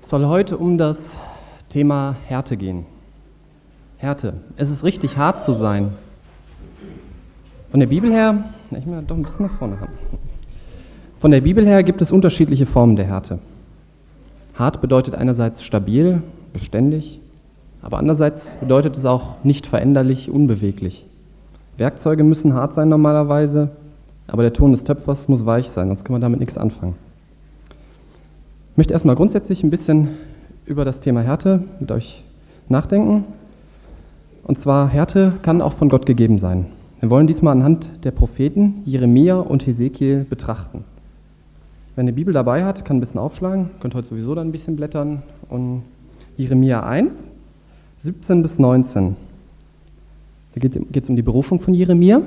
Es soll heute um das Thema Härte gehen. Härte. Es ist richtig hart zu sein. Von der Bibel her, ich will doch ein bisschen nach vorne haben. Von der Bibel her gibt es unterschiedliche Formen der Härte. Hart bedeutet einerseits stabil, beständig, aber andererseits bedeutet es auch nicht veränderlich, unbeweglich. Werkzeuge müssen hart sein normalerweise, aber der Ton des Töpfers muss weich sein, sonst kann man damit nichts anfangen. Ich möchte erstmal grundsätzlich ein bisschen über das Thema Härte mit euch nachdenken. Und zwar, Härte kann auch von Gott gegeben sein. Wir wollen diesmal anhand der Propheten Jeremia und Hesekiel betrachten. Wer eine Bibel dabei hat, kann ein bisschen aufschlagen, könnt heute sowieso dann ein bisschen blättern. Und Jeremia 1, 17 bis 19. Da geht es um die Berufung von Jeremia.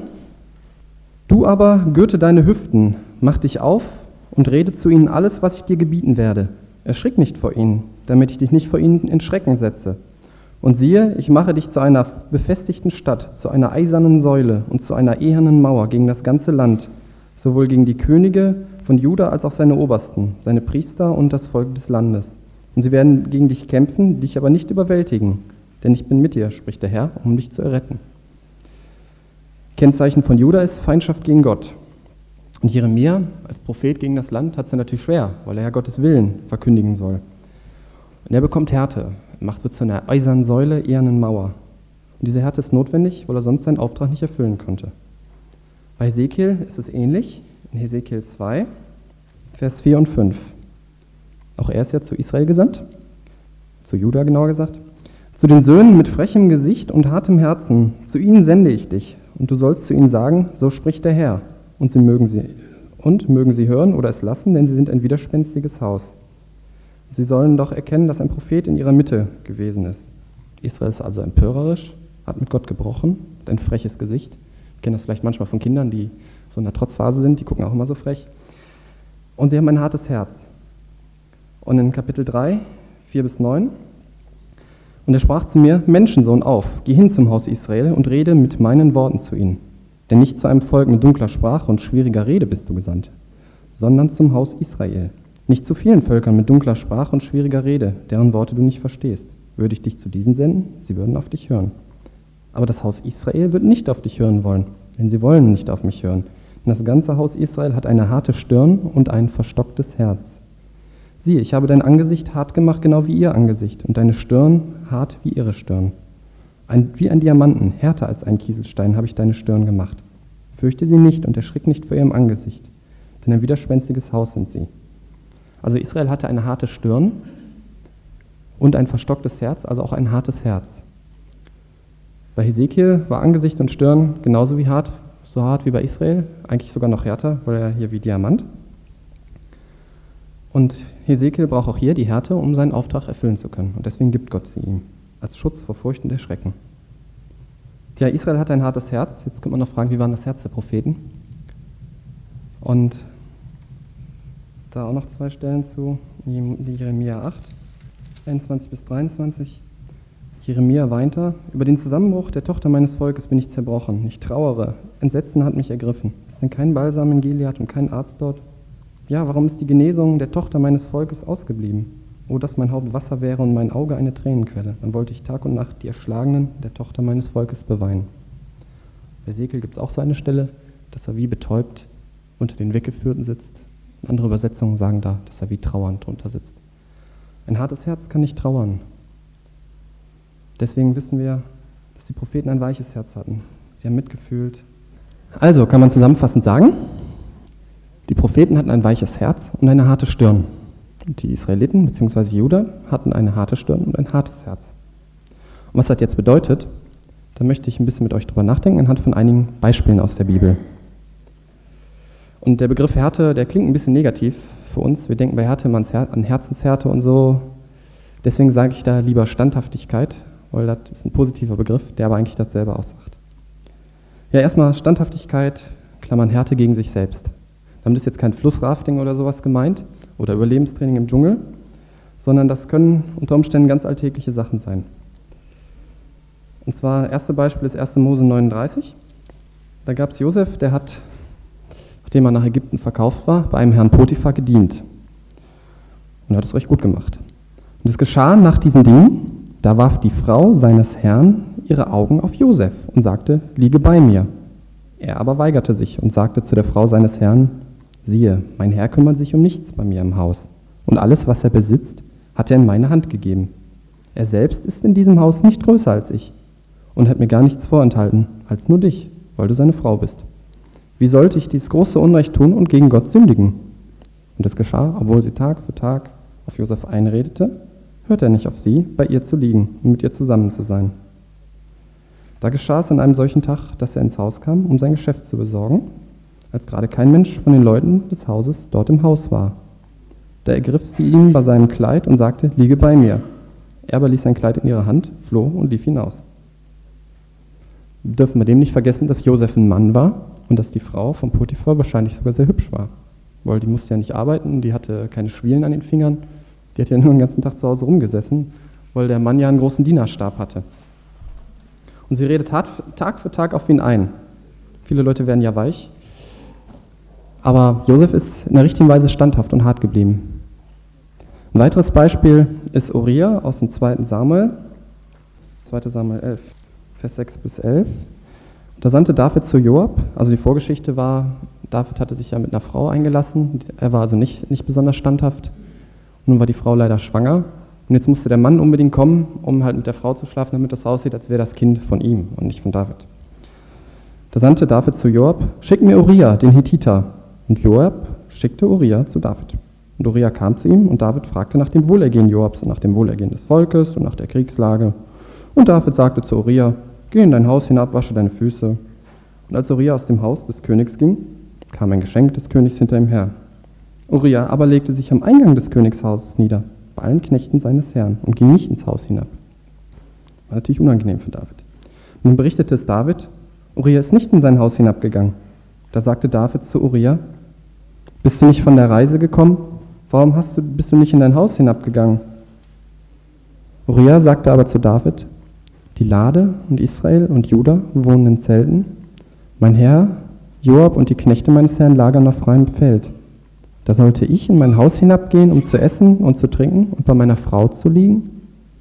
Du aber gürte deine Hüften, mach dich auf und rede zu ihnen alles, was ich dir gebieten werde. Erschrick nicht vor ihnen, damit ich dich nicht vor ihnen in Schrecken setze. Und siehe, ich mache dich zu einer befestigten Stadt, zu einer eisernen Säule und zu einer ehernen Mauer gegen das ganze Land, sowohl gegen die Könige von Juda als auch seine Obersten, seine Priester und das Volk des Landes. Und sie werden gegen dich kämpfen, dich aber nicht überwältigen, denn ich bin mit dir, spricht der Herr, um dich zu erretten. Kennzeichen von Juda ist Feindschaft gegen Gott. Und Jeremia als Prophet gegen das Land hat es ja natürlich schwer, weil er ja Gottes Willen verkündigen soll. Und er bekommt Härte. Macht wird zu einer eisernen Säule, ehernen Mauer. Und diese Härte ist notwendig, weil er sonst seinen Auftrag nicht erfüllen könnte. Bei Hesekiel ist es ähnlich. In Hesekiel 2, Vers 4 und 5. Auch er ist ja zu Israel gesandt, zu Juda genauer gesagt. Zu den Söhnen mit frechem Gesicht und hartem Herzen, zu ihnen sende ich dich. Und du sollst zu ihnen sagen, so spricht der Herr. Und mögen sie hören oder es lassen, denn sie sind ein widerspenstiges Haus. Sie sollen doch erkennen, dass ein Prophet in ihrer Mitte gewesen ist. Israel ist also empörerisch, hat mit Gott gebrochen, hat ein freches Gesicht. Wir kennen das vielleicht manchmal von Kindern, die so in der Trotzphase sind, die gucken auch immer so frech. Und sie haben ein hartes Herz. Und in Kapitel 3, 4 bis 9, und er sprach zu mir, Menschensohn, auf, geh hin zum Haus Israel und rede mit meinen Worten zu ihnen. Denn nicht zu einem Volk mit dunkler Sprache und schwieriger Rede bist du gesandt, sondern zum Haus Israel. Nicht zu vielen Völkern mit dunkler Sprache und schwieriger Rede, deren Worte du nicht verstehst. Würde ich dich zu diesen senden, sie würden auf dich hören. Aber das Haus Israel wird nicht auf dich hören wollen, denn sie wollen nicht auf mich hören. Denn das ganze Haus Israel hat eine harte Stirn und ein verstocktes Herz. Siehe, ich habe dein Angesicht hart gemacht, genau wie ihr Angesicht, und deine Stirn hart wie ihre Stirn. Wie ein Diamanten, härter als ein Kieselstein, habe ich deine Stirn gemacht. Fürchte sie nicht und erschrick nicht vor ihrem Angesicht, denn ein widerspenstiges Haus sind sie. Also Israel hatte eine harte Stirn und ein verstocktes Herz, also auch ein hartes Herz. Bei Hesekiel war Angesicht und Stirn genauso wie hart, so hart wie bei Israel, eigentlich sogar noch härter, weil er hier wie Diamant. Und Hesekiel braucht auch hier die Härte, um seinen Auftrag erfüllen zu können. Und deswegen gibt Gott sie ihm, als Schutz vor Furcht und Erschrecken. Ja, Israel hatte ein hartes Herz. Jetzt könnte man noch fragen, wie war das Herz der Propheten? Und da auch noch 2 Stellen zu Jeremia 8, 21 bis 23. Jeremia weinte, über den Zusammenbruch der Tochter meines Volkes bin ich zerbrochen. Ich trauere, Entsetzen hat mich ergriffen. Ist denn kein Balsam in Gilead und kein Arzt dort? Ja, warum ist die Genesung der Tochter meines Volkes ausgeblieben? Oh, dass mein Haupt Wasser wäre und mein Auge eine Tränenquelle. Dann wollte ich Tag und Nacht die Erschlagenen der Tochter meines Volkes beweinen. Bei Hesekiel gibt es auch so eine Stelle, dass er wie betäubt unter den Weggeführten sitzt. Andere Übersetzungen sagen da, dass er wie trauernd drunter sitzt. Ein hartes Herz kann nicht trauern. Deswegen wissen wir, dass die Propheten ein weiches Herz hatten. Sie haben mitgefühlt. Also kann man zusammenfassend sagen, die Propheten hatten ein weiches Herz und eine harte Stirn. Und die Israeliten bzw. Juda hatten eine harte Stirn und ein hartes Herz. Und was das jetzt bedeutet, da möchte ich ein bisschen mit euch drüber nachdenken anhand von einigen Beispielen aus der Bibel. Und der Begriff Härte, der klingt ein bisschen negativ für uns. Wir denken bei Härte immer an Herzenshärte und so. Deswegen sage ich da lieber Standhaftigkeit, weil das ist ein positiver Begriff, der aber eigentlich dasselbe aussagt. Ja, erstmal Standhaftigkeit, Klammern Härte gegen sich selbst. Damit ist jetzt kein Flussrafting oder sowas gemeint oder Überlebenstraining im Dschungel, sondern das können unter Umständen ganz alltägliche Sachen sein. Und zwar, erste Beispiel ist 1. Mose 39. Da gab es Josef, der hat, nachdem er nach Ägypten verkauft war, bei einem Herrn Potiphar gedient. Und er hat es recht gut gemacht. Und es geschah nach diesen Dingen, da warf die Frau seines Herrn ihre Augen auf Josef und sagte, liege bei mir. Er aber weigerte sich und sagte zu der Frau seines Herrn, siehe, mein Herr kümmert sich um nichts bei mir im Haus, und alles, was er besitzt, hat er in meine Hand gegeben. Er selbst ist in diesem Haus nicht größer als ich und hat mir gar nichts vorenthalten, als nur dich, weil du seine Frau bist. Wie sollte ich dieses große Unrecht tun und gegen Gott sündigen? Und es geschah, obwohl sie Tag für Tag auf Josef einredete, hörte er nicht auf sie, bei ihr zu liegen und mit ihr zusammen zu sein. Da geschah es an einem solchen Tag, dass er ins Haus kam, um sein Geschäft zu besorgen, als gerade kein Mensch von den Leuten des Hauses dort im Haus war. Da ergriff sie ihn bei seinem Kleid und sagte, liege bei mir. Er aber ließ sein Kleid in ihre Hand, floh und lief hinaus. Dürfen wir dem nicht vergessen, dass Josef ein Mann war und dass die Frau von Potiphar wahrscheinlich sogar sehr hübsch war. Weil die musste ja nicht arbeiten, die hatte keine Schwielen an den Fingern, die hat ja nur den ganzen Tag zu Hause rumgesessen, weil der Mann ja einen großen Dienerstab hatte. Und sie redet Tag für Tag auf ihn ein. Viele Leute werden ja weich. Aber Josef ist in der richtigen Weise standhaft und hart geblieben. Ein weiteres Beispiel ist Uriah aus dem 2. Samuel 11, Vers 6 bis 11. Da sandte David zu Joab, also die Vorgeschichte war, David hatte sich ja mit einer Frau eingelassen, er war also nicht besonders standhaft. Und nun war die Frau leider schwanger und jetzt musste der Mann unbedingt kommen, um halt mit der Frau zu schlafen, damit das aussieht, als wäre das Kind von ihm und nicht von David. Da sandte David zu Joab, schick mir Uriah, den Hethiter. Und Joab schickte Uriah zu David. Und Uriah kam zu ihm und David fragte nach dem Wohlergehen Joabs und nach dem Wohlergehen des Volkes und nach der Kriegslage. Und David sagte zu Uriah, geh in dein Haus hinab, wasche deine Füße. Und als Uriah aus dem Haus des Königs ging, kam ein Geschenk des Königs hinter ihm her. Uriah aber legte sich am Eingang des Königshauses nieder, bei allen Knechten seines Herrn, und ging nicht ins Haus hinab. War natürlich unangenehm für David. Nun berichtete es David, Uriah ist nicht in sein Haus hinabgegangen. Da sagte David zu Uriah, bist du nicht von der Reise gekommen? Warum bist du nicht in dein Haus hinabgegangen? Uriah sagte aber zu David, die Lade und Israel und Juda wohnen in Zelten. Mein Herr, Joab und die Knechte meines Herrn lagern auf freiem Feld. Da sollte ich in mein Haus hinabgehen, um zu essen und zu trinken und bei meiner Frau zu liegen?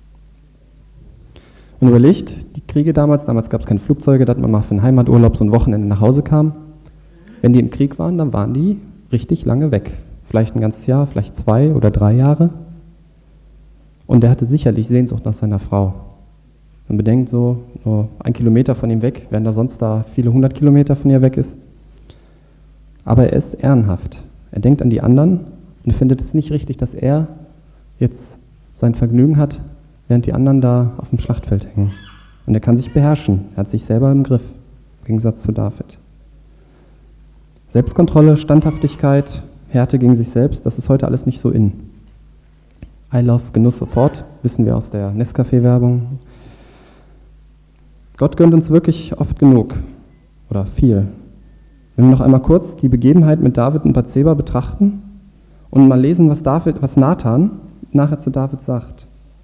Und überlegt, die Kriege damals gab es keine Flugzeuge, dass man mal für einen Heimaturlaub so ein Wochenende nach Hause kam. Wenn die im Krieg waren, dann waren die richtig lange weg. Vielleicht ein ganzes Jahr, vielleicht 2 oder 3 Jahre. Und er hatte sicherlich Sehnsucht nach seiner Frau. Man bedenkt so, nur 1 Kilometer von ihm weg, während er sonst da viele 100 Kilometer von ihr weg ist. Aber er ist ehrenhaft. Er denkt an die anderen und findet es nicht richtig, dass er jetzt sein Vergnügen hat, während die anderen da auf dem Schlachtfeld hängen. Und er kann sich beherrschen. Er hat sich selber im Griff, im Gegensatz zu David. Selbstkontrolle, Standhaftigkeit, Härte gegen sich selbst, das ist heute alles nicht so in. I love Genuss sofort, wissen wir aus der Nescafé-Werbung. Gott gönnt uns wirklich oft genug oder viel. Wenn wir noch einmal kurz die Begebenheit mit David und Bathseba betrachten und mal lesen, was Nathan nachher zu David sagt.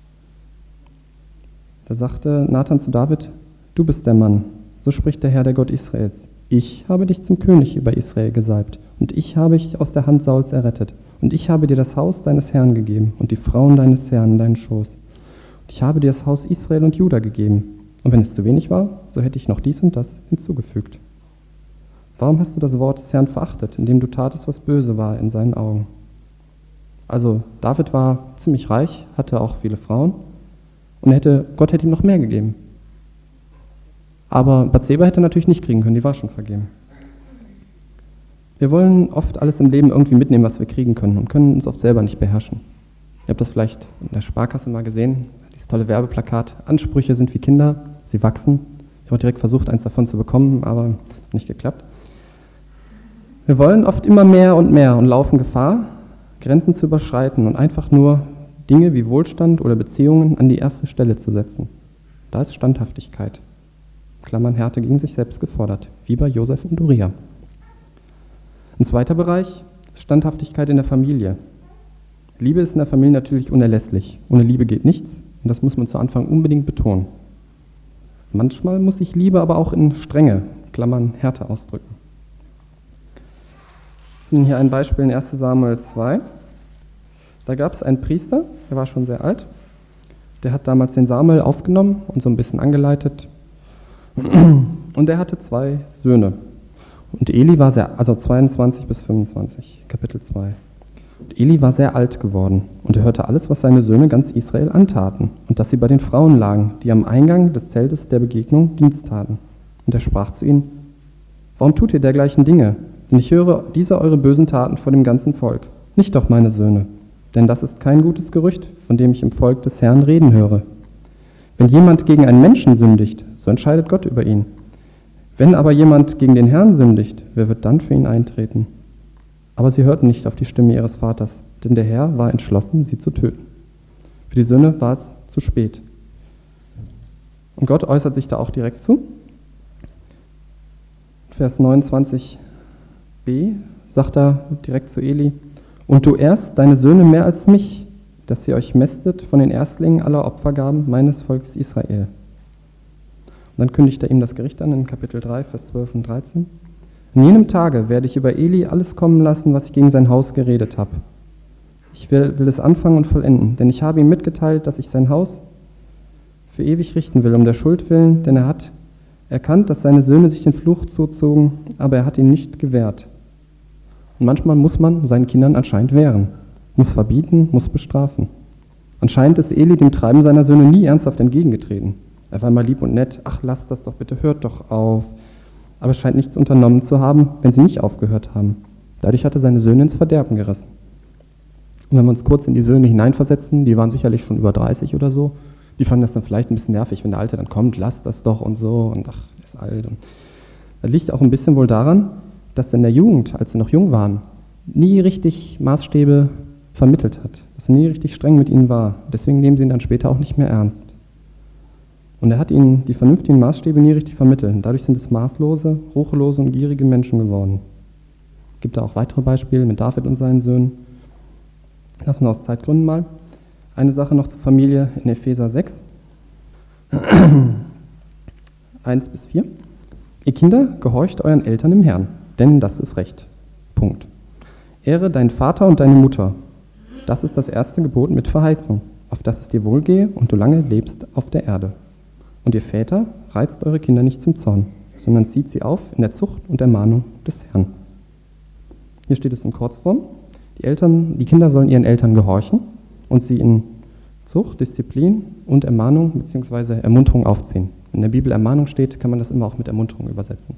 Da sagte Nathan zu David, du bist der Mann, so spricht der Herr, der Gott Israels. Ich habe dich zum König über Israel gesalbt und ich habe dich aus der Hand Sauls errettet und ich habe dir das Haus deines Herrn gegeben und die Frauen deines Herrn in deinen Schoß. Und ich habe dir das Haus Israel und Juda gegeben und wenn es zu wenig war, so hätte ich noch dies und das hinzugefügt. Warum hast du das Wort des Herrn verachtet, indem du tatest, was böse war in seinen Augen? Also David war ziemlich reich, hatte auch viele Frauen und Gott hätte ihm noch mehr gegeben. Aber Bathseba hätte natürlich nicht kriegen können, die war schon vergeben. Wir wollen oft alles im Leben irgendwie mitnehmen, was wir kriegen können und können uns oft selber nicht beherrschen. Ihr habt das vielleicht in der Sparkasse mal gesehen, dieses tolle Werbeplakat. Ansprüche sind wie Kinder, sie wachsen. Ich habe direkt versucht, eins davon zu bekommen, aber nicht geklappt. Wir wollen oft immer mehr und laufen Gefahr, Grenzen zu überschreiten und einfach nur Dinge wie Wohlstand oder Beziehungen an die erste Stelle zu setzen. Da ist Standhaftigkeit. Klammern Härte gegen sich selbst gefordert, wie bei Josef und Uriah. Ein zweiter Bereich ist Standhaftigkeit in der Familie. Liebe ist in der Familie natürlich unerlässlich. Ohne Liebe geht nichts und das muss man zu Anfang unbedingt betonen. Manchmal muss sich Liebe aber auch in Strenge, Klammern Härte ausdrücken. Wir finden hier ein Beispiel in 1. Samuel 2. Da gab es einen Priester, der war schon sehr alt, der hat damals den Samuel aufgenommen und so ein bisschen angeleitet. Und der hatte 2 Söhne. Und Eli war also 22 bis 25, Kapitel 2. Und Eli war sehr alt geworden und er hörte alles, was seine Söhne ganz Israel antaten und dass sie bei den Frauen lagen, die am Eingang des Zeltes der Begegnung Dienst taten. Und er sprach zu ihnen: Warum tut ihr dergleichen Dinge? Denn ich höre diese eure bösen Taten vor dem ganzen Volk. Nicht doch, meine Söhne, denn das ist kein gutes Gerücht, von dem ich im Volk des Herrn reden höre. Wenn jemand gegen einen Menschen sündigt, so entscheidet Gott über ihn. Wenn aber jemand gegen den Herrn sündigt, wer wird dann für ihn eintreten? Aber sie hörten nicht auf die Stimme ihres Vaters, denn der Herr war entschlossen, sie zu töten. Für die Söhne war es zu spät. Und Gott äußert sich da auch direkt zu. Vers 29b sagt er direkt zu Eli: Und du ehrst deine Söhne mehr als mich, dass ihr euch mästet von den Erstlingen aller Opfergaben meines Volkes Israel. Und dann kündigt er ihm das Gericht an in Kapitel 3, Vers 12 und 13. In jenem Tage werde ich über Eli alles kommen lassen, was ich gegen sein Haus geredet habe. Ich will es anfangen und vollenden, denn ich habe ihm mitgeteilt, dass ich sein Haus für ewig richten will, um der Schuld willen, denn er hat erkannt, dass seine Söhne sich den Fluch zuzogen, aber er hat ihn nicht gewährt. Und manchmal muss man seinen Kindern anscheinend wehren, muss verbieten, muss bestrafen. Anscheinend ist Eli dem Treiben seiner Söhne nie ernsthaft entgegengetreten. Er war mal lieb und nett: Ach, lasst das doch bitte, hört doch auf. Aber es scheint nichts unternommen zu haben, wenn sie nicht aufgehört haben. Dadurch hat er seine Söhne ins Verderben gerissen. Und wenn wir uns kurz in die Söhne hineinversetzen, die waren sicherlich schon über 30 oder so, die fanden das dann vielleicht ein bisschen nervig, wenn der Alte dann kommt: Lasst das doch und so, und ach, er ist alt. Und das liegt auch ein bisschen wohl daran, dass er in der Jugend, als sie noch jung waren, nie richtig Maßstäbe vermittelt hat, dass er nie richtig streng mit ihnen war. Deswegen nehmen sie ihn dann später auch nicht mehr ernst. Und er hat ihnen die vernünftigen Maßstäbe nie richtig vermittelt. Dadurch sind es maßlose, ruchlose und gierige Menschen geworden. Es gibt da auch weitere Beispiele mit David und seinen Söhnen. Lassen wir aus Zeitgründen mal. Eine Sache noch zur Familie in Epheser 6, 1 bis 4. Ihr Kinder, gehorcht euren Eltern im Herrn, denn das ist Recht. Punkt. Ehre deinen Vater und deine Mutter. Das ist das erste Gebot mit Verheißung, auf dass es dir wohlgehe und du lange lebst auf der Erde. Und ihr Väter, reizt eure Kinder nicht zum Zorn, sondern zieht sie auf in der Zucht und Ermahnung des Herrn. Hier steht es in Kurzform: Die Kinder sollen ihren Eltern gehorchen und sie in Zucht, Disziplin und Ermahnung bzw. Ermunterung aufziehen. Wenn in der Bibel Ermahnung steht, kann man das immer auch mit Ermunterung übersetzen.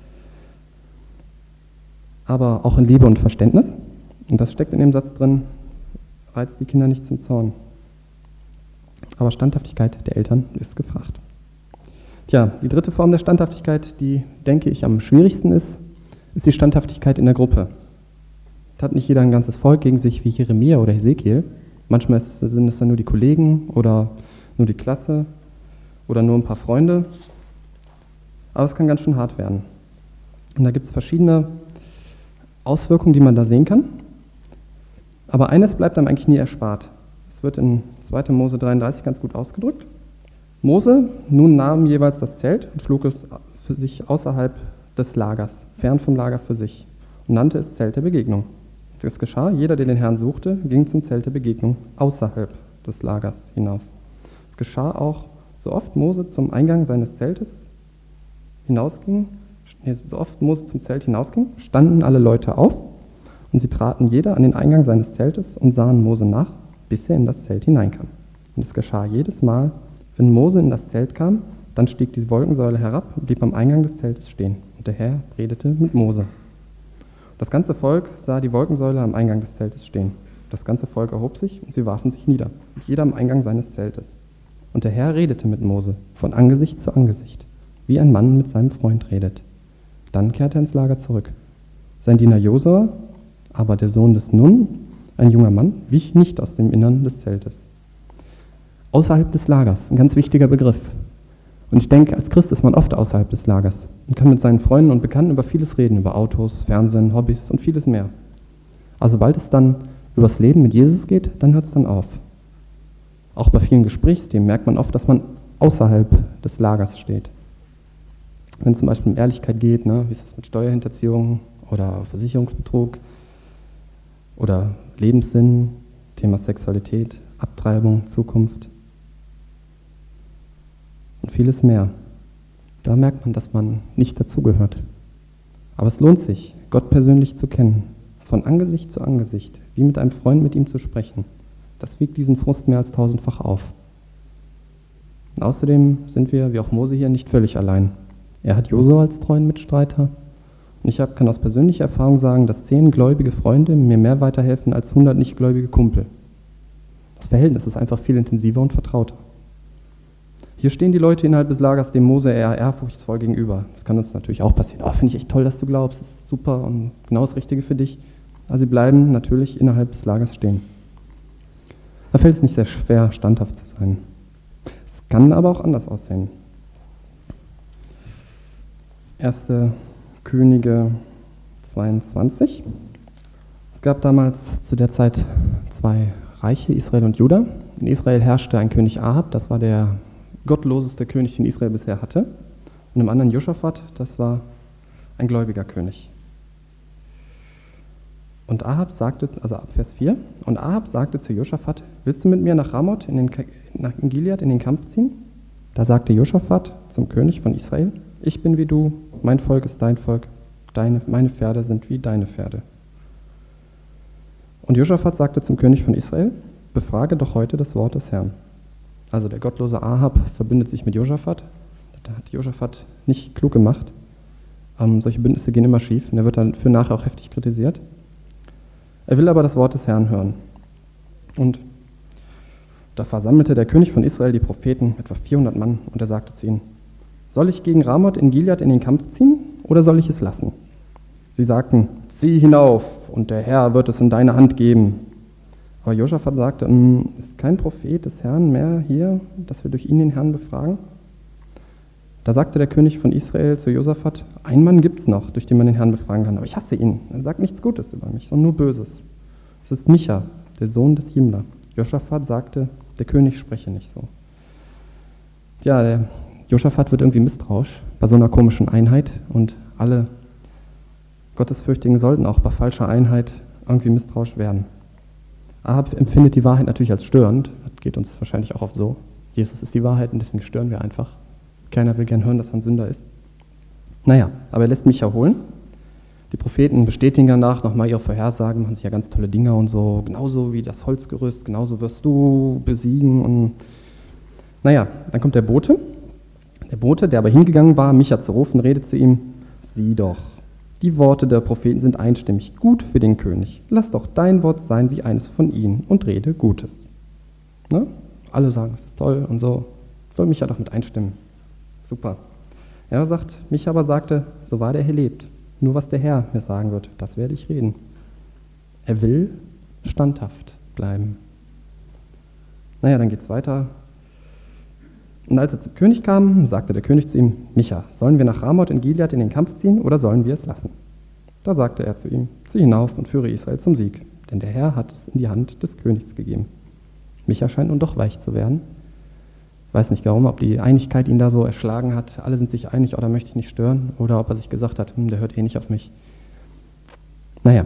Aber auch in Liebe und Verständnis. Und das steckt in dem Satz drin: Reizt die Kinder nicht zum Zorn. Aber Standhaftigkeit der Eltern ist gefragt. Tja, die dritte Form der Standhaftigkeit, die, denke ich, am schwierigsten ist die Standhaftigkeit in der Gruppe. Es hat nicht jeder ein ganzes Volk gegen sich wie Jeremia oder Hesekiel. Manchmal sind es dann nur die Kollegen oder nur die Klasse oder nur ein paar Freunde. Aber es kann ganz schön hart werden. Und da gibt es verschiedene Auswirkungen, die man da sehen kann. Aber eines bleibt einem eigentlich nie erspart. Es wird in 2. Mose 33 ganz gut ausgedrückt. Mose nun nahm jeweils das Zelt und schlug es für sich außerhalb des Lagers, fern vom Lager für sich, und nannte es Zelt der Begegnung. Das geschah: Jeder, der den Herrn suchte, ging zum Zelt der Begegnung außerhalb des Lagers hinaus. Es geschah auch, so oft Mose zum Eingang seines Zeltes hinausging, standen alle Leute auf und sie traten jeder an den Eingang seines Zeltes und sahen Mose nach, bis er in das Zelt hineinkam. Und es geschah jedes Mal, wenn Mose in das Zelt kam, dann stieg die Wolkensäule herab und blieb am Eingang des Zeltes stehen. Und der Herr redete mit Mose. Das ganze Volk sah die Wolkensäule am Eingang des Zeltes stehen. Das ganze Volk erhob sich und sie warfen sich nieder, jeder am Eingang seines Zeltes. Und der Herr redete mit Mose von Angesicht zu Angesicht, wie ein Mann mit seinem Freund redet. Dann kehrte er ins Lager zurück. Sein Diener Josua, aber der Sohn des Nun, ein junger Mann, wich nicht aus dem Innern des Zeltes. Außerhalb des Lagers, ein ganz wichtiger Begriff. Und ich denke, als Christ ist man oft außerhalb des Lagers und kann mit seinen Freunden und Bekannten über vieles reden, über Autos, Fernsehen, Hobbys und vieles mehr. Aber sobald es dann übers Leben mit Jesus geht, dann hört es dann auf. Auch bei vielen Gesprächsthemen merkt man oft, dass man außerhalb des Lagers steht. Wenn es zum Beispiel um Ehrlichkeit geht, wie ist das mit Steuerhinterziehung oder Versicherungsbetrug oder Lebenssinn Thema Sexualität, Abtreibung, Zukunft und vieles mehr. Da merkt man, dass man nicht dazugehört. Aber es lohnt sich, Gott persönlich zu kennen, von Angesicht zu Angesicht, wie mit einem Freund mit ihm zu sprechen. Das wiegt diesen Frust mehr als 1000-fach auf. Und außerdem sind wir, wie auch Mose hier, nicht völlig allein. Er hat Josua als treuen Mitstreiter. Und ich kann aus persönlicher Erfahrung sagen, dass 10 gläubige Freunde mir mehr weiterhelfen als 100 nicht-gläubige Kumpel. Das Verhältnis ist einfach viel intensiver und vertrauter. Hier stehen die Leute innerhalb des Lagers dem Mose eher ehrfurchtsvoll gegenüber. Das kann uns natürlich auch passieren. Oh, finde ich echt toll, dass du glaubst, das ist super und genau das Richtige für dich. Aber sie bleiben natürlich innerhalb des Lagers stehen. Da fällt es nicht sehr schwer, standhaft zu sein. Es kann aber auch anders aussehen. 1. Könige 22. Es gab damals zu der Zeit 2 Reiche, Israel und Juda. In Israel herrschte ein König Ahab, das war der gottloseste König, den Israel bisher hatte. Und im anderen Josaphat, das war ein gläubiger König. Und Ahab sagte, also ab Vers 4, und Ahab sagte zu Josaphat, willst du mit mir nach Ramoth in Gilead in den Kampf ziehen? Da sagte Josaphat zum König von Israel, ich bin wie du, mein Volk ist dein Volk, meine Pferde sind wie deine Pferde. Und Josaphat sagte zum König von Israel, befrage doch heute das Wort des Herrn. Also der gottlose Ahab verbündet sich mit Josaphat. Das hat Josaphat nicht klug gemacht. Solche Bündnisse gehen immer schief und er wird dann für nachher auch heftig kritisiert. Er will aber das Wort des Herrn hören. Und da versammelte der König von Israel die Propheten, etwa 400 Mann, und er sagte zu ihnen, soll ich gegen Ramoth in Gilead in den Kampf ziehen oder soll ich es lassen? Sie sagten, zieh hinauf und der Herr wird es in deine Hand geben. Aber Josaphat sagte, ist kein Prophet des Herrn mehr hier, dass wir durch ihn den Herrn befragen? Da sagte der König von Israel zu Josaphat, ein Mann gibt es noch, durch den man den Herrn befragen kann, aber ich hasse ihn. Er sagt nichts Gutes über mich, sondern nur Böses. Es ist Micha, der Sohn des Jimla. Josaphat sagte, der König spreche nicht so. Ja, der Josaphat wird irgendwie misstrauisch bei so einer komischen Einheit und alle Gottesfürchtigen sollten auch bei falscher Einheit irgendwie misstrauisch werden. Ahab empfindet die Wahrheit natürlich als störend, das geht uns wahrscheinlich auch oft so. Jesus ist die Wahrheit und deswegen stören wir einfach. Keiner will gern hören, dass er ein Sünder ist. Naja, aber er lässt Micha holen. Die Propheten bestätigen danach nochmal ihre Vorhersagen, machen sich ja ganz tolle Dinger und so, genauso wie das Holzgerüst, genauso wirst du besiegen. Und naja, dann kommt der Bote. Der Bote, der aber hingegangen war, Micha zu rufen, redet zu ihm, sieh doch, die Worte der Propheten sind einstimmig, gut für den König. Lass doch dein Wort sein wie eines von ihnen und rede Gutes. Ne? Alle sagen, es ist toll und so. Soll Micha doch mit einstimmen. Super. Micha aber sagte, so wahr der Herr lebt. Nur was der Herr mir sagen wird, das werde ich reden. Er will standhaft bleiben. Naja, dann geht's weiter. Und als er zum König kam, sagte der König zu ihm, Micha, sollen wir nach Ramoth in Gilead in den Kampf ziehen oder sollen wir es lassen? Da sagte er zu ihm, zieh hinauf und führe Israel zum Sieg, denn der Herr hat es in die Hand des Königs gegeben. Micha scheint nun doch weich zu werden. Ich weiß nicht warum, ob die Einigkeit ihn da so erschlagen hat, alle sind sich einig, oder möchte ich nicht stören, oder ob er sich gesagt hat, der hört eh nicht auf mich. Naja.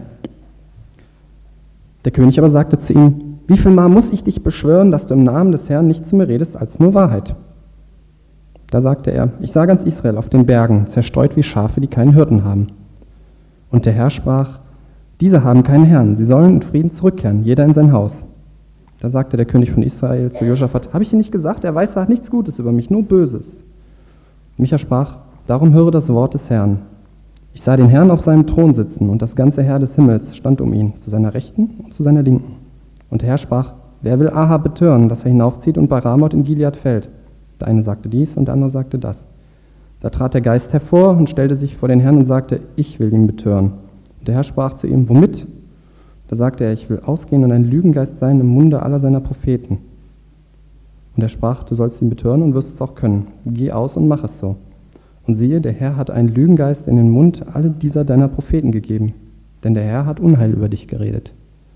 Der König aber sagte zu ihm, wie viel Mal muss ich dich beschwören, dass du im Namen des Herrn nicht zu mir redest, als nur Wahrheit? Da sagte er, ich sah ganz Israel auf den Bergen, zerstreut wie Schafe, die keinen Hirten haben. Und der Herr sprach, diese haben keinen Herrn, sie sollen in Frieden zurückkehren, jeder in sein Haus. Da sagte der König von Israel zu Josaphat, habe ich dir nicht gesagt, er weiß nichts Gutes über mich, nur Böses. Micha sprach, darum höre das Wort des Herrn. Ich sah den Herrn auf seinem Thron sitzen und das ganze Heer des Himmels stand um ihn, zu seiner Rechten und zu seiner Linken. Und der Herr sprach, wer will Ahab betören, dass er hinaufzieht und bei Ramoth in Gilead fällt? Der eine sagte dies und der andere sagte das. Da trat der Geist hervor und stellte sich vor den Herrn und sagte, ich will ihn betören. Und der Herr sprach zu ihm, womit? Da sagte er, ich will ausgehen und ein Lügengeist sein im Munde aller seiner Propheten. Und er sprach, du sollst ihn betören und wirst es auch können. Geh aus und mach es so. Und siehe, der Herr hat einen Lügengeist in den Mund all dieser deiner Propheten gegeben. Denn der Herr hat Unheil über dich geredet.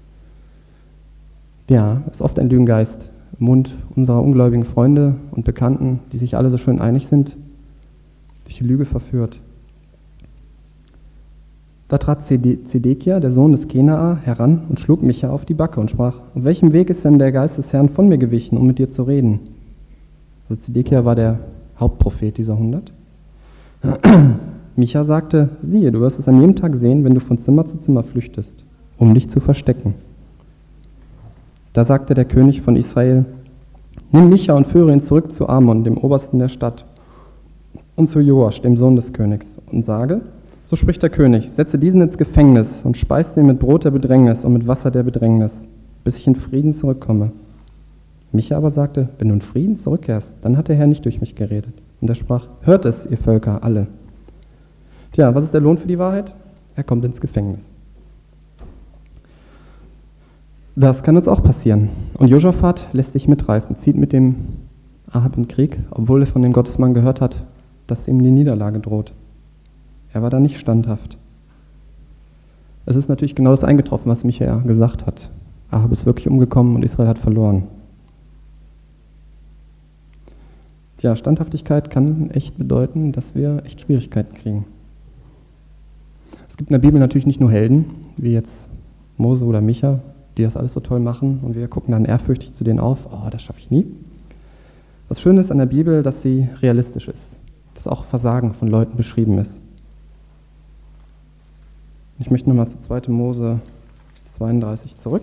Ja, es ist oft ein Lügengeist im Mund unserer ungläubigen Freunde und Bekannten, die sich alle so schön einig sind, durch die Lüge verführt. Da trat Zedekia, der Sohn des Kenaa, heran und schlug Micha auf die Backe und sprach: Auf welchem Weg ist denn der Geist des Herrn von mir gewichen, um mit dir zu reden? Also Zedekia war der Hauptprophet dieser 100. Micha sagte: Siehe, du wirst es an jedem Tag sehen, wenn du von Zimmer zu Zimmer flüchtest, um dich zu verstecken. Da sagte der König von Israel: Nimm Micha und führe ihn zurück zu Amon, dem Obersten der Stadt, und zu Joasch, dem Sohn des Königs, und sage: So spricht der König, setze diesen ins Gefängnis und speist ihn mit Brot der Bedrängnis und mit Wasser der Bedrängnis, bis ich in Frieden zurückkomme. Micha aber sagte: Wenn du in Frieden zurückkehrst, dann hat der Herr nicht durch mich geredet. Und er sprach: Hört es, ihr Völker, alle. Tja, was ist der Lohn für die Wahrheit? Er kommt ins Gefängnis. Das kann uns auch passieren. Und Josaphat lässt sich mitreißen, zieht mit dem Ahab in Krieg, obwohl er von dem Gottesmann gehört hat, dass ihm die Niederlage droht. Er war da nicht standhaft. Es ist natürlich genau das eingetroffen, was Micha gesagt hat. Ahab ist wirklich umgekommen und Israel hat verloren. Ja, Standhaftigkeit kann echt bedeuten, dass wir echt Schwierigkeiten kriegen. Es gibt in der Bibel natürlich nicht nur Helden, wie jetzt Mose oder Micha, die das alles so toll machen und wir gucken dann ehrfürchtig zu denen auf: Oh, das schaffe ich nie. Das Schöne ist an der Bibel, dass sie realistisch ist, dass auch Versagen von Leuten beschrieben ist. Ich möchte nochmal zu 2. Mose 32 zurück.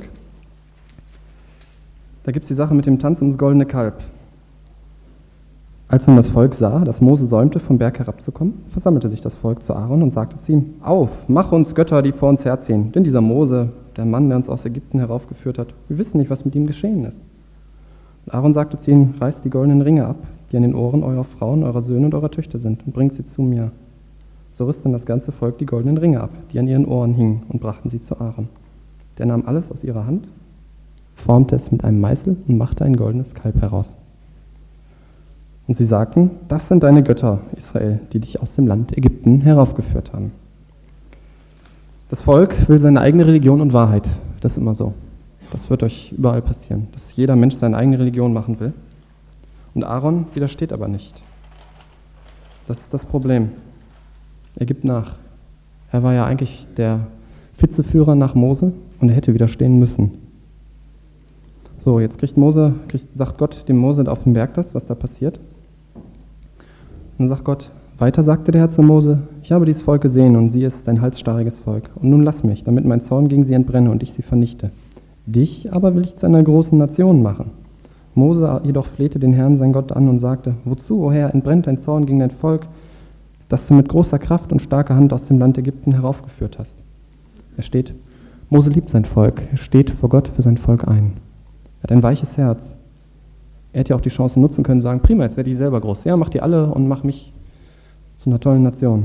Da gibt es die Sache mit dem Tanz ums goldene Kalb. Als nun das Volk sah, dass Mose säumte, vom Berg herabzukommen, versammelte sich das Volk zu Aaron und sagte zu ihm: Auf, mach uns Götter, die vor uns herziehen, denn dieser Mose, der Mann, der uns aus Ägypten heraufgeführt hat, wir wissen nicht, was mit ihm geschehen ist. Und Aaron sagte zu ihnen: Reißt die goldenen Ringe ab, die an den Ohren eurer Frauen, eurer Söhne und eurer Töchter sind, und bringt sie zu mir. So riss dann das ganze Volk die goldenen Ringe ab, die an ihren Ohren hingen, und brachten sie zu Aaron. Der nahm alles aus ihrer Hand, formte es mit einem Meißel und machte ein goldenes Kalb heraus. Und sie sagten: Das sind deine Götter, Israel, die dich aus dem Land Ägypten heraufgeführt haben. Das Volk will seine eigene Religion und Wahrheit. Das ist immer so. Das wird euch überall passieren, dass jeder Mensch seine eigene Religion machen will. Und Aaron widersteht aber nicht. Das ist das Problem. Er gibt nach. Er war ja eigentlich der Vizeführer nach Mose und er hätte widerstehen müssen. So, jetzt sagt Gott dem Mose auf dem Berg das, was da passiert. Und dann sagt Gott: Weiter sagte der Herr zu Mose: Ich habe dieses Volk gesehen und sie ist ein halsstarriges Volk. Und nun lass mich, damit mein Zorn gegen sie entbrenne und ich sie vernichte. Dich aber will ich zu einer großen Nation machen. Mose jedoch flehte den Herrn, sein Gott, an und sagte: Wozu, o Herr, entbrennt dein Zorn gegen dein Volk, das du mit großer Kraft und starker Hand aus dem Land Ägypten heraufgeführt hast? Mose liebt sein Volk. Er steht vor Gott für sein Volk ein. Er hat ein weiches Herz. Er hätte ja auch die Chance nutzen können, sagen: Prima, jetzt werde ich selber groß. Ja, mach die alle und mach mich zu einer tollen Nation.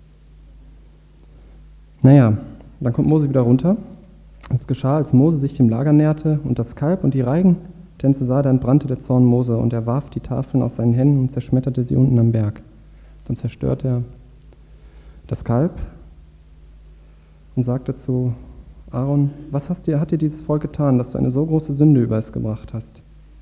Naja, dann kommt Mose wieder runter. Es geschah, als Mose sich dem Lager näherte und das Kalb und die Reigentänze sah, dann brannte der Zorn Mose und er warf die Tafeln aus seinen Händen und zerschmetterte sie unten am Berg. Dann zerstörte er das Kalb und sagte zu Aaron: Was hat dir dieses Volk getan, dass du eine so große Sünde über es gebracht hast?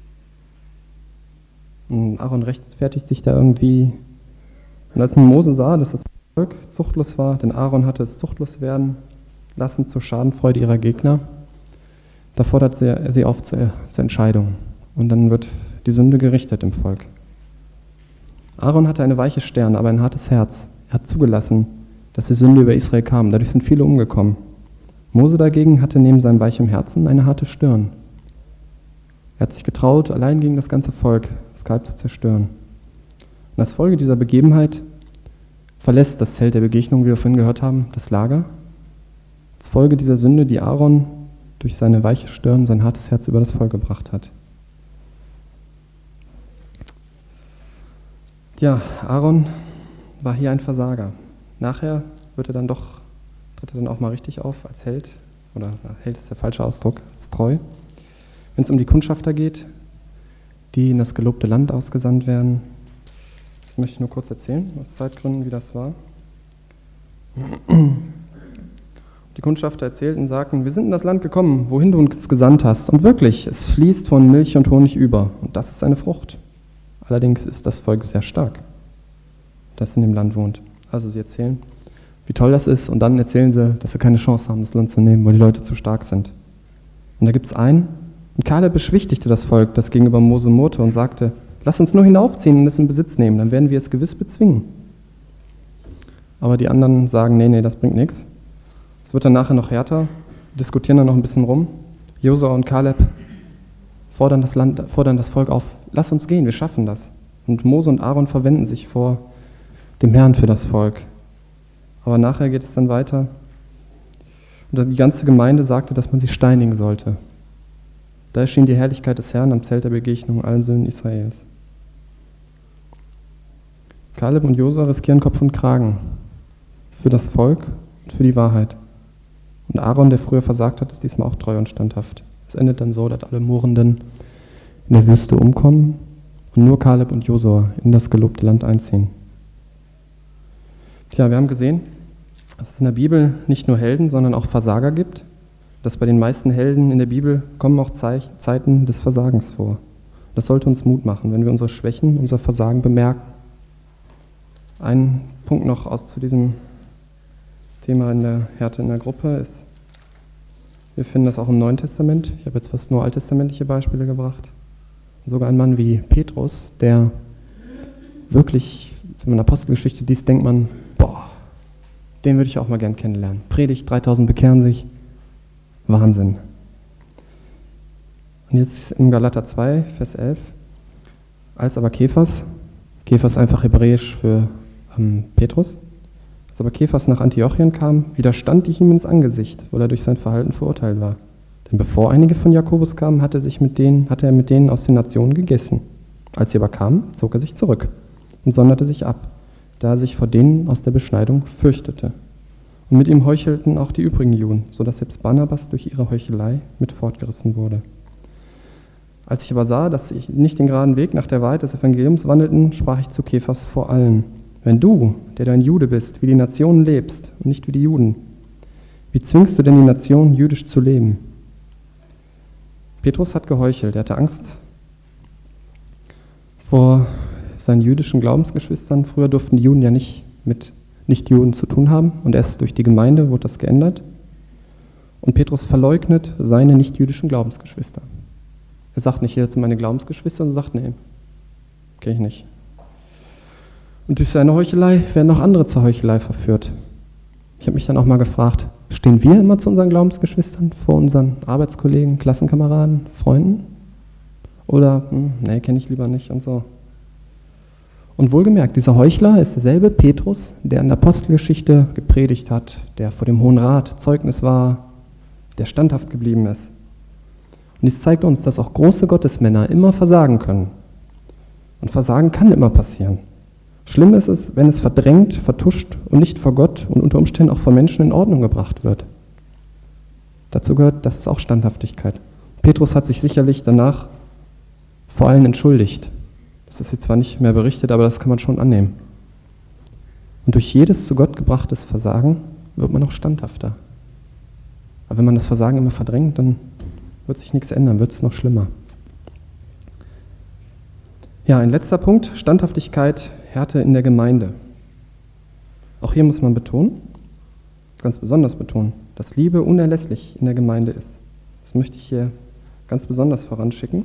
Und Aaron rechtfertigt sich da irgendwie. Und als Mose sah, dass das Volk zuchtlos war, denn Aaron hatte es zuchtlos werden lassen zur Schadenfreude ihrer Gegner, da fordert er sie auf zur Entscheidung. Und dann wird die Sünde gerichtet im Volk. Aaron hatte eine weiche Stirn, aber ein hartes Herz. Er hat zugelassen, dass die Sünde über Israel kam. Dadurch sind viele umgekommen. Mose dagegen hatte neben seinem weichen Herzen eine harte Stirn. Er hat sich getraut, allein gegen das ganze Volk das Kalb zu zerstören. Und als Folge dieser Begebenheit verlässt das Zelt der Begegnung, wie wir vorhin gehört haben, das Lager. Als Folge dieser Sünde, die Aaron durch seine weiche Stirn, sein hartes Herz über das Volk gebracht hat. Ja, Aaron war hier ein Versager. Nachher tritt er dann auch mal richtig auf als Held, oder Held ist der falsche Ausdruck, als treu. Wenn es um die Kundschafter geht, die in das gelobte Land ausgesandt werden. Das möchte ich nur kurz erzählen, aus Zeitgründen, wie das war. Die Kundschafter erzählten und sagten: Wir sind in das Land gekommen, wohin du uns gesandt hast. Und wirklich, es fließt von Milch und Honig über. Und das ist eine Frucht. Allerdings ist das Volk sehr stark, das in dem Land wohnt. Also sie erzählen: wie toll das ist, und dann erzählen sie, dass sie keine Chance haben, das Land zu nehmen, weil die Leute zu stark sind. Und da gibt es einen, und Kaleb beschwichtigte das Volk, das gegenüber Mose murrte, und sagte, lass uns nur hinaufziehen und es in Besitz nehmen, dann werden wir es gewiss bezwingen. Aber die anderen sagen, nee, das bringt nichts. Es wird dann nachher noch härter, diskutieren dann noch ein bisschen rum. Josua und Kaleb fordern das Volk auf, lass uns gehen, wir schaffen das. Und Mose und Aaron verwenden sich vor dem Herrn für das Volk. Aber nachher geht es dann weiter. Und die ganze Gemeinde sagte, dass man sie steinigen sollte. Da erschien die Herrlichkeit des Herrn am Zelt der Begegnung allen Söhnen Israels. Kaleb und Josua riskieren Kopf und Kragen für das Volk und für die Wahrheit. Und Aaron, der früher versagt hat, ist diesmal auch treu und standhaft. Es endet dann so, dass alle Murrenden in der Wüste umkommen und nur Kaleb und Josua in das gelobte Land einziehen. Tja, wir haben gesehen, dass es in der Bibel nicht nur Helden, sondern auch Versager gibt. Dass bei den meisten Helden in der Bibel kommen auch Zeiten des Versagens vor. Das sollte uns Mut machen, wenn wir unsere Schwächen, unser Versagen bemerken. Ein Punkt noch zu diesem Thema in der Härte in der Gruppe ist, wir finden das auch im Neuen Testament. Ich habe jetzt fast nur alttestamentliche Beispiele gebracht. Sogar ein Mann wie Petrus, der wirklich, wenn man Apostelgeschichte liest, denkt man, den würde ich auch mal gern kennenlernen. Predigt, 3000 bekehren sich. Wahnsinn. Und jetzt in Galater 2, Vers 11. Als aber Kephas einfach hebräisch für Petrus, als aber Kephas nach Antiochien kam, widerstand ich ihm ins Angesicht, weil er durch sein Verhalten verurteilt war. Denn bevor einige von Jakobus kamen, hatte er mit denen aus den Nationen gegessen. Als sie aber kamen, zog er sich zurück und sonderte sich ab, da er sich vor denen aus der Beschneidung fürchtete. Und mit ihm heuchelten auch die übrigen Juden, sodass selbst Barnabas durch ihre Heuchelei mit fortgerissen wurde. Als ich aber sah, dass sie nicht den geraden Weg nach der Wahrheit des Evangeliums wandelten, sprach ich zu Kephas vor allen: Wenn du, der du ein Jude bist, wie die Nationen lebst und nicht wie die Juden, wie zwingst du denn die Nationen, jüdisch zu leben? Petrus hat geheuchelt, er hatte Angst vor seinen jüdischen Glaubensgeschwistern. Früher durften die Juden ja nicht mit Nichtjuden zu tun haben und erst durch die Gemeinde wurde das geändert. Und Petrus verleugnet seine nichtjüdischen Glaubensgeschwister. Er sagt nicht, hier zu meine Glaubensgeschwister, sondern sagt, nee, kenne ich nicht. Und durch seine Heuchelei werden auch andere zur Heuchelei verführt. Ich habe mich dann auch mal gefragt, stehen wir immer zu unseren Glaubensgeschwistern, vor unseren Arbeitskollegen, Klassenkameraden, Freunden? Oder, nee, kenne ich lieber nicht und so. Und wohlgemerkt, dieser Heuchler ist derselbe Petrus, der in der Apostelgeschichte gepredigt hat, der vor dem Hohen Rat Zeugnis war, der standhaft geblieben ist. Und dies zeigt uns, dass auch große Gottesmänner immer versagen können. Und Versagen kann immer passieren. Schlimm ist es, wenn es verdrängt, vertuscht und nicht vor Gott und unter Umständen auch vor Menschen in Ordnung gebracht wird. Dazu gehört, das ist auch Standhaftigkeit. Petrus hat sich sicherlich danach vor allen entschuldigt. Das ist jetzt zwar nicht mehr berichtet, aber das kann man schon annehmen. Und durch jedes zu Gott gebrachtes Versagen wird man auch standhafter. Aber wenn man das Versagen immer verdrängt, dann wird sich nichts ändern, wird es noch schlimmer. Ja, ein letzter Punkt, Standhaftigkeit, Härte in der Gemeinde. Auch hier muss man betonen, ganz besonders betonen, dass Liebe unerlässlich in der Gemeinde ist. Das möchte ich hier ganz besonders voranschicken.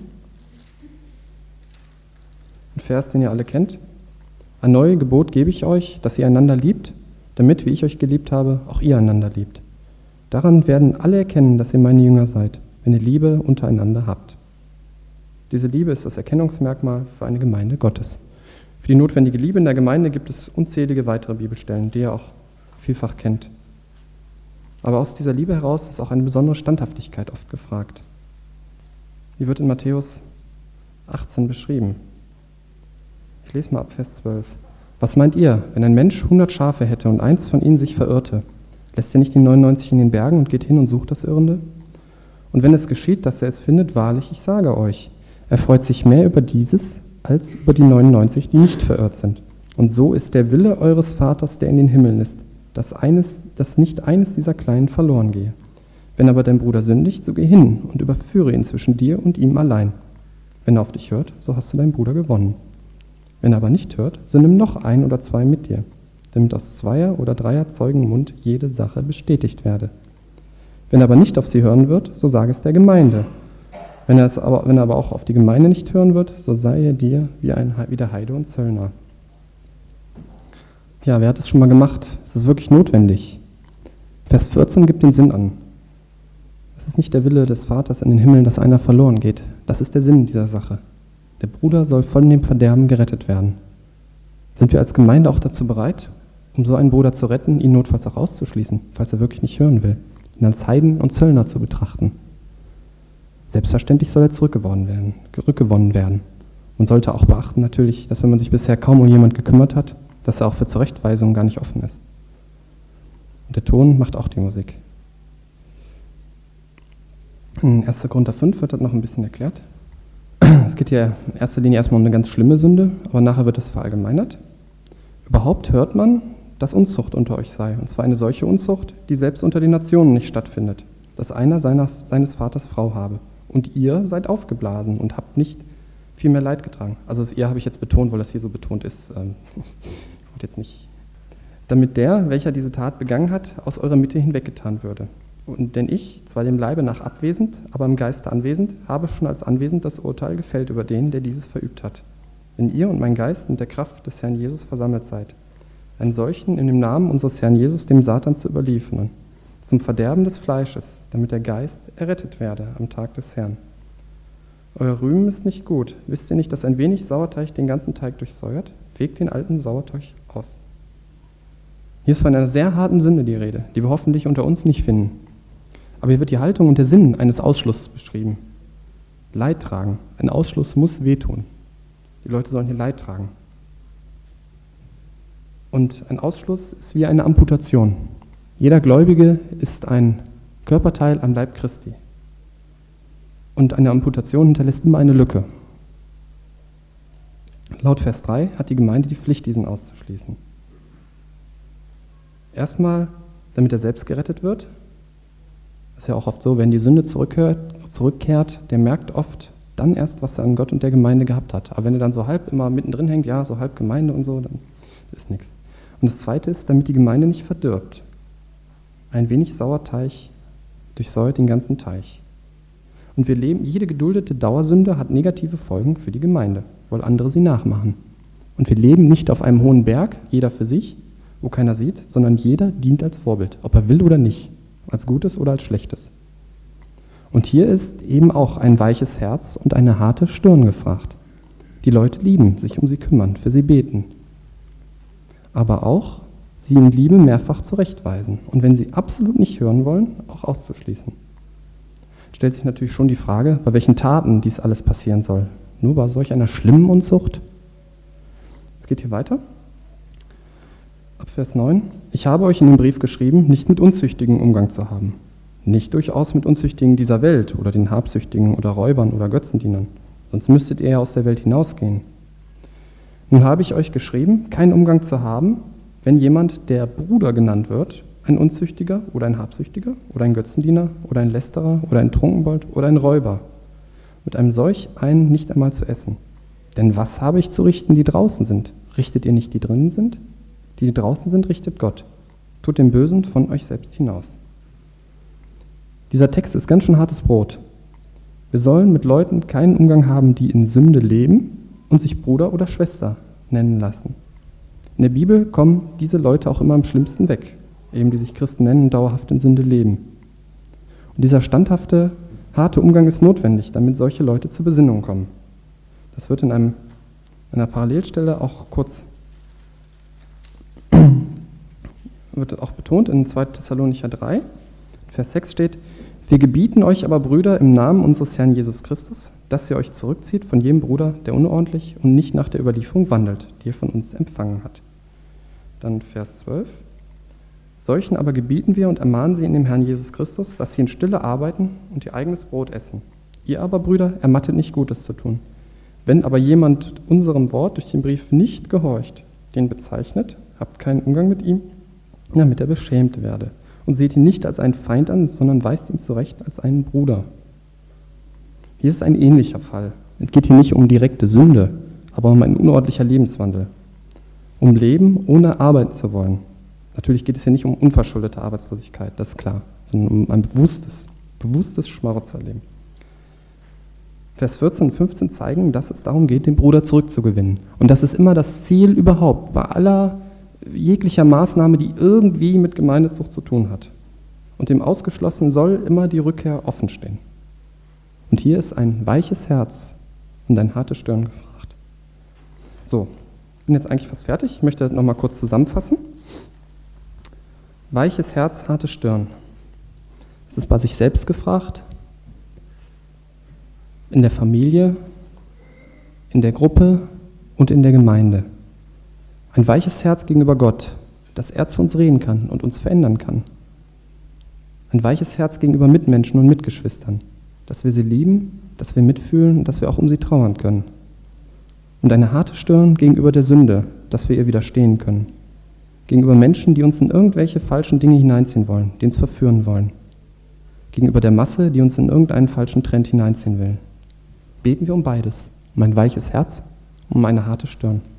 Ein Vers, den ihr alle kennt. Ein neues Gebot gebe ich euch, dass ihr einander liebt, damit, wie ich euch geliebt habe, auch ihr einander liebt. Daran werden alle erkennen, dass ihr meine Jünger seid, wenn ihr Liebe untereinander habt. Diese Liebe ist das Erkennungsmerkmal für eine Gemeinde Gottes. Für die notwendige Liebe in der Gemeinde gibt es unzählige weitere Bibelstellen, die ihr auch vielfach kennt. Aber aus dieser Liebe heraus ist auch eine besondere Standhaftigkeit oft gefragt. Die wird in Matthäus 18 beschrieben. Ich lese mal ab Vers 12. Was meint ihr, wenn ein Mensch 100 Schafe hätte und eins von ihnen sich verirrte? Lässt er nicht die 99 in den Bergen und geht hin und sucht das Irrende? Und wenn es geschieht, dass er es findet, wahrlich, ich sage euch, er freut sich mehr über dieses, als über die 99, die nicht verirrt sind. Und so ist der Wille eures Vaters, der in den Himmeln ist, dass nicht eines dieser Kleinen verloren gehe. Wenn aber dein Bruder sündigt, so geh hin und überführe ihn zwischen dir und ihm allein. Wenn er auf dich hört, so hast du deinen Bruder gewonnen. Wenn er aber nicht hört, so nimm noch ein oder zwei mit dir, damit aus 2er oder 3er Zeugen Mund jede Sache bestätigt werde. Wenn er aber nicht auf sie hören wird, so sage es der Gemeinde. Wenn er aber auch auf die Gemeinde nicht hören wird, so sei er dir wie der Heide und Zöllner. Ja, wer hat es schon mal gemacht? Es ist wirklich notwendig. Vers 14 gibt den Sinn an. Es ist nicht der Wille des Vaters in den Himmeln, dass einer verloren geht. Das ist der Sinn dieser Sache. Der Bruder soll von dem Verderben gerettet werden. Sind wir als Gemeinde auch dazu bereit, um so einen Bruder zu retten, ihn notfalls auch auszuschließen, falls er wirklich nicht hören will, ihn als Heiden und Zöllner zu betrachten? Selbstverständlich soll er zurückgewonnen werden. Man sollte auch beachten natürlich, dass wenn man sich bisher kaum um jemand gekümmert hat, dass er auch für Zurechtweisung gar nicht offen ist. Und der Ton macht auch die Musik. In 1. Korinther 5 wird das noch ein bisschen erklärt. Es geht hier in erster Linie erstmal um eine ganz schlimme Sünde, aber nachher wird es verallgemeinert. Überhaupt hört man, dass Unzucht unter euch sei, und zwar eine solche Unzucht, die selbst unter den Nationen nicht stattfindet, dass einer seines Vaters Frau habe. Und ihr seid aufgeblasen und habt nicht viel mehr Leid getragen. Also das ihr habe ich jetzt betont, weil das hier so betont ist. Ich wollte jetzt nicht. Damit der, welcher diese Tat begangen hat, aus eurer Mitte hinweggetan würde. Und denn ich, zwar dem Leibe nach abwesend, aber im Geiste anwesend, habe schon als anwesend das Urteil gefällt über den, der dieses verübt hat. Wenn ihr und mein Geist in der Kraft des Herrn Jesus versammelt seid, einen solchen in dem Namen unseres Herrn Jesus dem Satan zu überliefern, zum Verderben des Fleisches, damit der Geist errettet werde am Tag des Herrn. Euer Rühmen ist nicht gut. Wisst ihr nicht, dass ein wenig Sauerteig den ganzen Teig durchsäuert? Fegt den alten Sauerteig aus. Hier ist von einer sehr harten Sünde die Rede, die wir hoffentlich unter uns nicht finden. Aber hier wird die Haltung und der Sinn eines Ausschlusses beschrieben. Leid tragen. Ein Ausschluss muss wehtun. Die Leute sollen hier Leid tragen. Und ein Ausschluss ist wie eine Amputation. Jeder Gläubige ist ein Körperteil am Leib Christi. Und eine Amputation hinterlässt immer eine Lücke. Laut Vers 3 hat die Gemeinde die Pflicht, diesen auszuschließen. Erstmal, damit er selbst gerettet wird. Das ist ja auch oft so, wenn die Sünde zurückkehrt, der merkt oft dann erst, was er an Gott und der Gemeinde gehabt hat. Aber wenn er dann so halb immer mittendrin hängt, ja, so halb Gemeinde und so, dann ist nichts. Und das Zweite ist, damit die Gemeinde nicht verdirbt. Ein wenig Sauerteig durchsäuert den ganzen Teich. Und jede geduldete Dauersünde hat negative Folgen für die Gemeinde, weil andere sie nachmachen. Und wir leben nicht auf einem hohen Berg, jeder für sich, wo keiner sieht, sondern jeder dient als Vorbild, ob er will oder nicht, als Gutes oder als Schlechtes. Und hier ist eben auch ein weiches Herz und eine harte Stirn gefragt. Die Leute lieben, sich um sie kümmern, für sie beten. Aber auch sie in Liebe mehrfach zurechtweisen und wenn sie absolut nicht hören wollen, auch auszuschließen. Stellt sich natürlich schon die Frage, bei welchen Taten dies alles passieren soll. Nur bei solch einer schlimmen Unzucht? Es geht hier weiter. Ab Vers 9. Ich habe euch in dem Brief geschrieben, nicht mit Unzüchtigen Umgang zu haben. Nicht durchaus mit Unzüchtigen dieser Welt oder den Habsüchtigen oder Räubern oder Götzendienern. Sonst müsstet ihr ja aus der Welt hinausgehen. Nun habe ich euch geschrieben, keinen Umgang zu haben, wenn jemand, der Bruder genannt wird, ein Unzüchtiger oder ein Habsüchtiger oder ein Götzendiener oder ein Lästerer oder ein Trunkenbold oder ein Räuber, mit einem solch einen nicht einmal zu essen. Denn was habe ich zu richten, die draußen sind? Richtet ihr nicht, die drinnen sind? Die draußen sind, richtet Gott. Tut den Bösen von euch selbst hinaus. Dieser Text ist ganz schön hartes Brot. Wir sollen mit Leuten keinen Umgang haben, die in Sünde leben und sich Bruder oder Schwester nennen lassen. In der Bibel kommen diese Leute auch immer am schlimmsten weg, eben die sich Christen nennen und dauerhaft in Sünde leben. Und dieser standhafte, harte Umgang ist notwendig, damit solche Leute zur Besinnung kommen. Das wird in einer Parallelstelle auch kurz wird auch betont in 2. Thessalonicher 3, Vers 6 steht: Wir gebieten euch aber, Brüder, im Namen unseres Herrn Jesus Christus, dass ihr euch zurückzieht von jedem Bruder, der unordentlich und nicht nach der Überlieferung wandelt, die er von uns empfangen hat. Dann Vers 12. Solchen aber gebieten wir und ermahnen sie in dem Herrn Jesus Christus, dass sie in Stille arbeiten und ihr eigenes Brot essen. Ihr aber, Brüder, ermattet nicht Gutes zu tun. Wenn aber jemand unserem Wort durch den Brief nicht gehorcht, den bezeichnet, habt keinen Umgang mit ihm, damit er beschämt werde. Und seht ihn nicht als einen Feind an, sondern weist ihn zurecht als einen Bruder. Hier ist ein ähnlicher Fall. Es geht hier nicht um direkte Sünde, aber um ein unordentlicher Lebenswandel. um Leben, ohne arbeiten zu wollen. Natürlich geht es hier nicht um unverschuldete Arbeitslosigkeit, das ist klar, sondern um ein bewusstes Schmarotzerleben. Vers 14 und 15 zeigen, dass es darum geht, den Bruder zurückzugewinnen. Und das ist immer das Ziel überhaupt, bei jeglicher Maßnahme, die irgendwie mit Gemeindezucht zu tun hat. Und dem Ausgeschlossenen soll immer die Rückkehr offen stehen. Und hier ist ein weiches Herz und ein hartes Stirn gefragt. So, ich bin jetzt eigentlich fast fertig. Ich möchte noch mal kurz zusammenfassen. Weiches Herz, harte Stirn. Es ist bei sich selbst gefragt, in der Familie, in der Gruppe und in der Gemeinde. Ein weiches Herz gegenüber Gott, dass er zu uns reden kann und uns verändern kann. Ein weiches Herz gegenüber Mitmenschen und Mitgeschwistern, dass wir sie lieben, dass wir mitfühlen und dass wir auch um sie trauern können. Und eine harte Stirn gegenüber der Sünde, dass wir ihr widerstehen können. Gegenüber Menschen, die uns in irgendwelche falschen Dinge hineinziehen wollen, die uns verführen wollen. Gegenüber der Masse, die uns in irgendeinen falschen Trend hineinziehen will. Beten wir um beides, um ein weiches Herz und um eine harte Stirn.